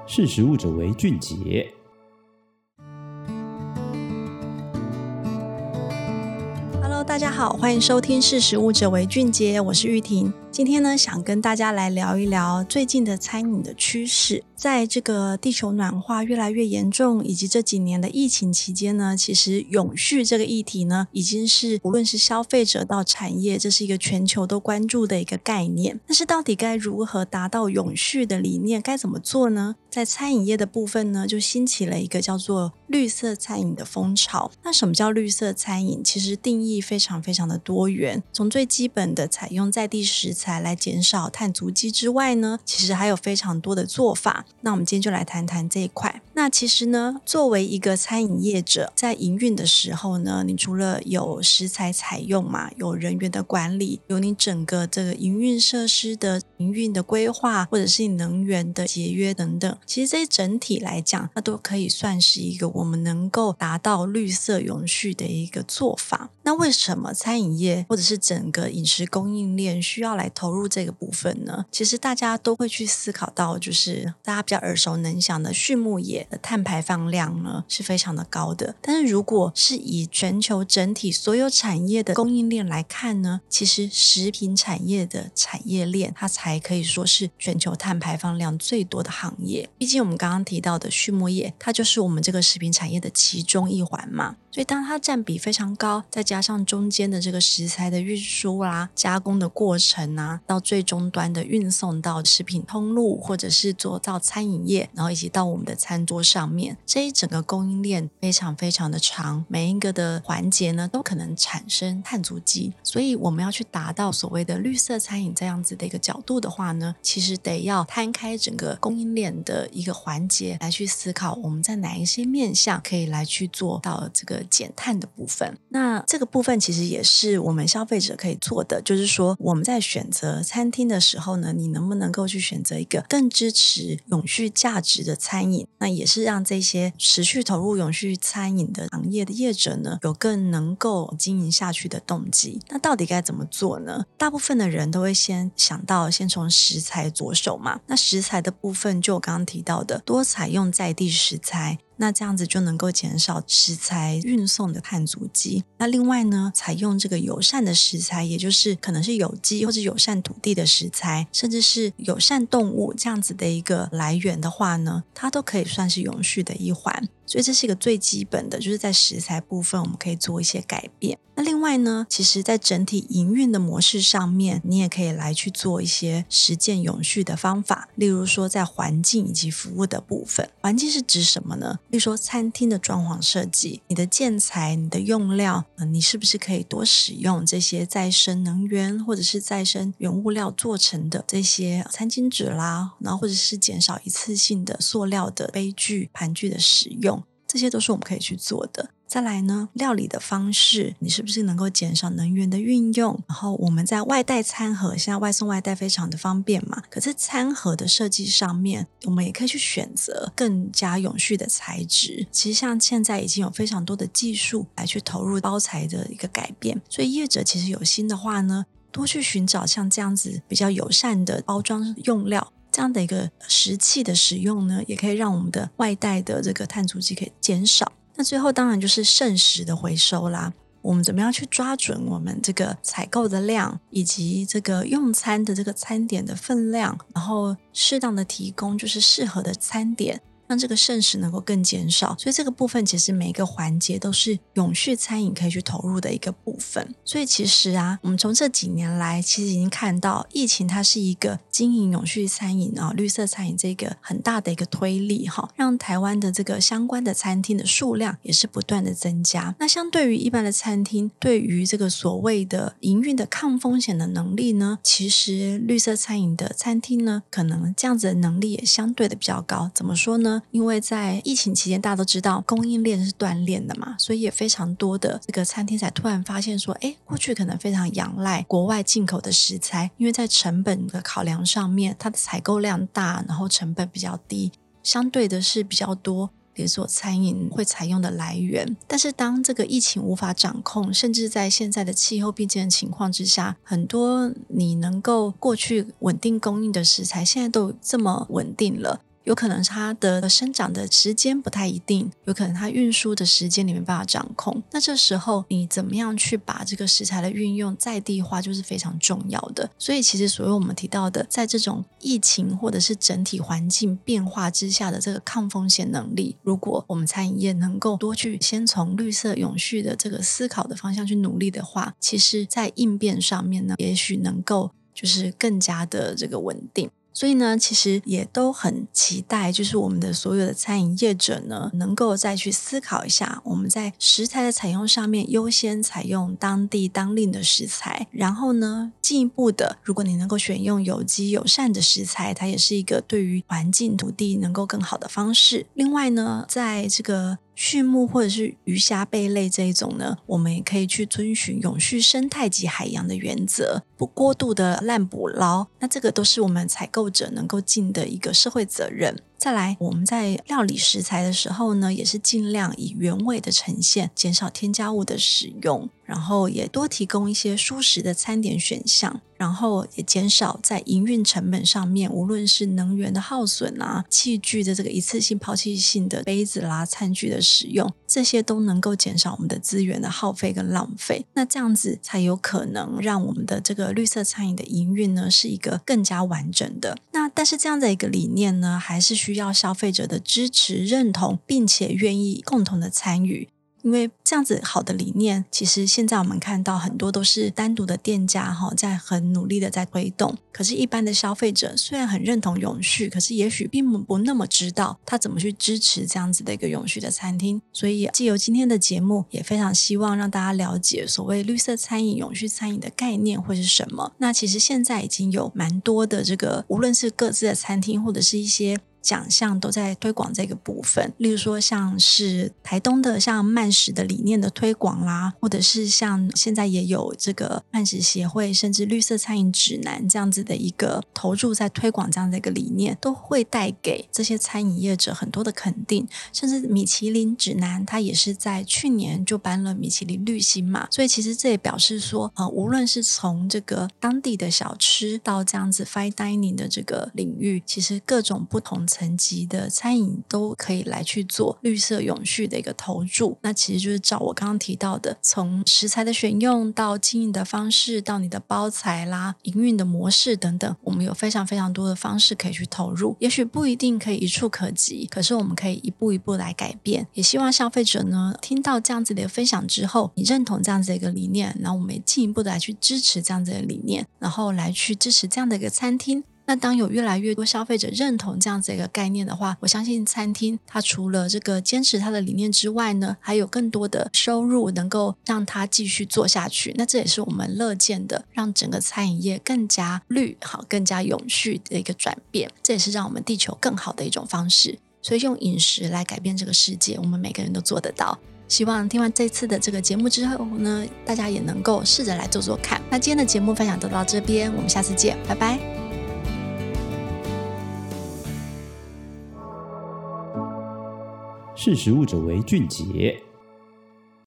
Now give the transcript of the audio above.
识时务者为俊杰。 大家好，欢迎收听识时务者为俊杰，我是玉婷。今天呢，想跟大家来聊一聊最近的餐饮的趋势。在这个地球暖化越来越严重，以及这几年的疫情期间呢，其实永续这个议题呢，已经是无论是消费者到产业，这是一个全球都关注的一个概念。但是到底该如何达到永续的理念，该怎么做呢？在餐饮业的部分呢，就兴起了一个叫做绿色餐饮的风潮。那什么叫绿色餐饮？其实定义非常非常的多元，从最基本的采用在地食材来减少碳足迹之外呢，其实还有非常多的做法。那我们今天就来谈谈这一块。那其实呢，作为一个餐饮业者，在营运的时候呢，你除了有食材采用嘛，有人员的管理，有你整个这个营运设施的营运的规划，或者是你能源的节约等等，其实这些整体来讲，那都可以算是一个我们能够达到绿色永续的一个做法。那为什么餐饮业或者是整个饮食供应链需要来投入这个部分呢？其实大家都会去思考到，就是大家比较耳熟能详的畜牧业的碳排放量呢是非常的高的。但是如果是以全球整体所有产业的供应链来看呢，其实食品产业的产业链它才可以说是全球碳排放量最多的行业。毕竟我们刚刚提到的畜牧业，它就是我们这个食品产业的其中一环嘛，所以当它占比非常高，再加上中间的这个食材的运输啊、加工的过程啊，到最终端的运送到食品通路，或者是做到餐饮业，然后以及到我们的餐桌上面，这一整个供应链非常非常的长，每一个的环节呢都可能产生碳足迹。所以我们要去达到所谓的绿色餐饮这样子的一个角度的话呢，其实得要摊开整个供应链的一个环节来去思考，我们在哪一些面向可以来去做到这个减碳的部分。那这个部分其实也是我们消费者可以做的，就是说我们在选择餐厅的时候呢，你能不能够去选择一个更支持永续价值的餐饮，那也是让这些持续投入永续餐饮的行业的业者呢，有更能够经营下去的动机。那到底该怎么做呢？大部分的人都会先想到先从食材着手嘛，那食材的部分就我刚刚提到的，多采用在地食材，那这样子就能够减少食材运送的碳足迹。那另外呢，采用这个友善的食材，也就是可能是有机或者友善土地的食材，甚至是友善动物这样子的一个来源的话呢，它都可以算是永续的一环。所以这是一个最基本的，就是在食材部分我们可以做一些改变。那另外呢，其实在整体营运的模式上面，你也可以来去做一些实践永续的方法，例如说在环境以及服务的部分。环境是指什么呢？例如说餐厅的装潢设计，你的建材、你的用料，你是不是可以多使用这些再生能源或者是再生原物料做成的这些餐巾纸啦，然后或者是减少一次性的塑料的杯具、盘具的使用，这些都是我们可以去做的。再来呢，料理的方式，你是不是能够减少能源的运用？然后我们在外带餐盒，现在外送外带非常的方便嘛，可是餐盒的设计上面，我们也可以去选择更加永续的材质。其实像现在已经有非常多的技术来去投入包材的一个改变，所以业者其实有心的话呢，多去寻找像这样子比较友善的包装用料，这样的一个食器的使用呢，也可以让我们的外带的这个碳足迹可以减少。那最后当然就是剩食的回收啦，我们怎么样去抓准我们这个采购的量，以及这个用餐的这个餐点的分量，然后适当的提供就是适合的餐点，让这个剩食能够更减少。所以这个部分其实每一个环节都是永续餐饮可以去投入的一个部分。所以其实啊，我们从这几年来其实已经看到疫情它是一个经营永续餐饮绿色餐饮这个很大的一个推力让台湾的这个相关的餐厅的数量也是不断的增加。那相对于一般的餐厅，对于这个所谓的营运的抗风险的能力呢，其实绿色餐饮的餐厅呢，可能这样子的能力也相对的比较高。怎么说呢？因为在疫情期间大家都知道供应链是断裂的嘛，所以也非常多的这个餐厅才突然发现说，过去可能非常仰赖国外进口的食材，因为在成本的考量上面，它的采购量大，然后成本比较低，相对的是比较多连锁餐饮会采用的来源。但是当这个疫情无法掌控，甚至在现在的气候变迁的情况之下，很多你能够过去稳定供应的食材现在都这么稳定了， 有可能它的生长的时间不太一定，有可能它运输的时间你没办法掌控，那这时候你怎么样去把这个食材的运用在地化就是非常重要的。所以其实所谓我们提到的在这种疫情或者是整体环境变化之下的这个抗风险能力，如果我们餐饮业能够多去先从绿色永续的这个思考的方向去努力的话，其实在应变上面呢，也许能够就是更加的这个稳定。所以呢，其实也都很期待，就是我们的所有的餐饮业者呢，能够再去思考一下，我们在食材的采用上面优先采用当地当令的食材，然后呢，进一步的，如果你能够选用有机友善的食材，它也是一个对于环境土地能够更好的方式。另外呢，在这个畜牧或者是鱼虾贝类这一种呢，我们也可以去遵循永续生态及海洋的原则，不过度的滥捕捞，那这个都是我们采购者能够尽的一个社会责任。再来，我们在料理食材的时候呢，也是尽量以原味的呈现，减少添加物的使用，然后也多提供一些蔬食的餐点选项，然后也减少在营运成本上面，无论是能源的耗损啊，器具的这个一次性抛弃性的杯子啦、餐具的使用，这些都能够减少我们的资源的耗费跟浪费。那这样子才有可能让我们的这个绿色餐饮的营运呢，是一个更加完整的。那但是这样的一个理念呢，还是需要消费者的支持、认同，并且愿意共同的参与。因为这样子好的理念，其实现在我们看到很多都是单独的店家在很努力的在推动，可是一般的消费者虽然很认同永续，可是也许并不那么知道他怎么去支持这样子的一个永续的餐厅。所以藉由今天的节目，也非常希望让大家了解所谓绿色餐饮、永续餐饮的概念会是什么。那其实现在已经有蛮多的这个，无论是各自的餐厅或者是一些奖项都在推广这个部分，例如说像是台东的像慢食的理念的推广啦，或者是像现在也有这个慢食协会甚至绿色餐饮指南这样子的一个投入在推广这样的一个理念，都会带给这些餐饮业者很多的肯定。甚至米其林指南它也是在去年就颁了米其林绿星嘛，所以其实这也表示说无论是从这个当地的小吃到这样子 fine dining 的这个领域，其实各种不同层级的餐饮都可以来去做绿色永续的一个投入。那其实就是照我刚刚提到的，从食材的选用到经营的方式，到你的包材啦、营运的模式等等，我们有非常非常多的方式可以去投入。也许不一定可以一触可及，可是我们可以一步一步来改变。也希望消费者呢，听到这样子的分享之后，你认同这样子的一个理念，然后我们也进一步的来去支持这样子的理念，然后来去支持这样的一个餐厅。那当有越来越多消费者认同这样子一个概念的话，我相信餐厅它除了这个坚持它的理念之外呢，还有更多的收入能够让它继续做下去。那这也是我们乐见的，让整个餐饮业更加绿好、更加永续的一个转变。这也是让我们地球更好的一种方式。所以用饮食来改变这个世界，我们每个人都做得到。希望听完这次的这个节目之后呢，大家也能够试着来做做看。那今天的节目分享就到这边，我们下次见，拜拜。 识时务者为俊杰。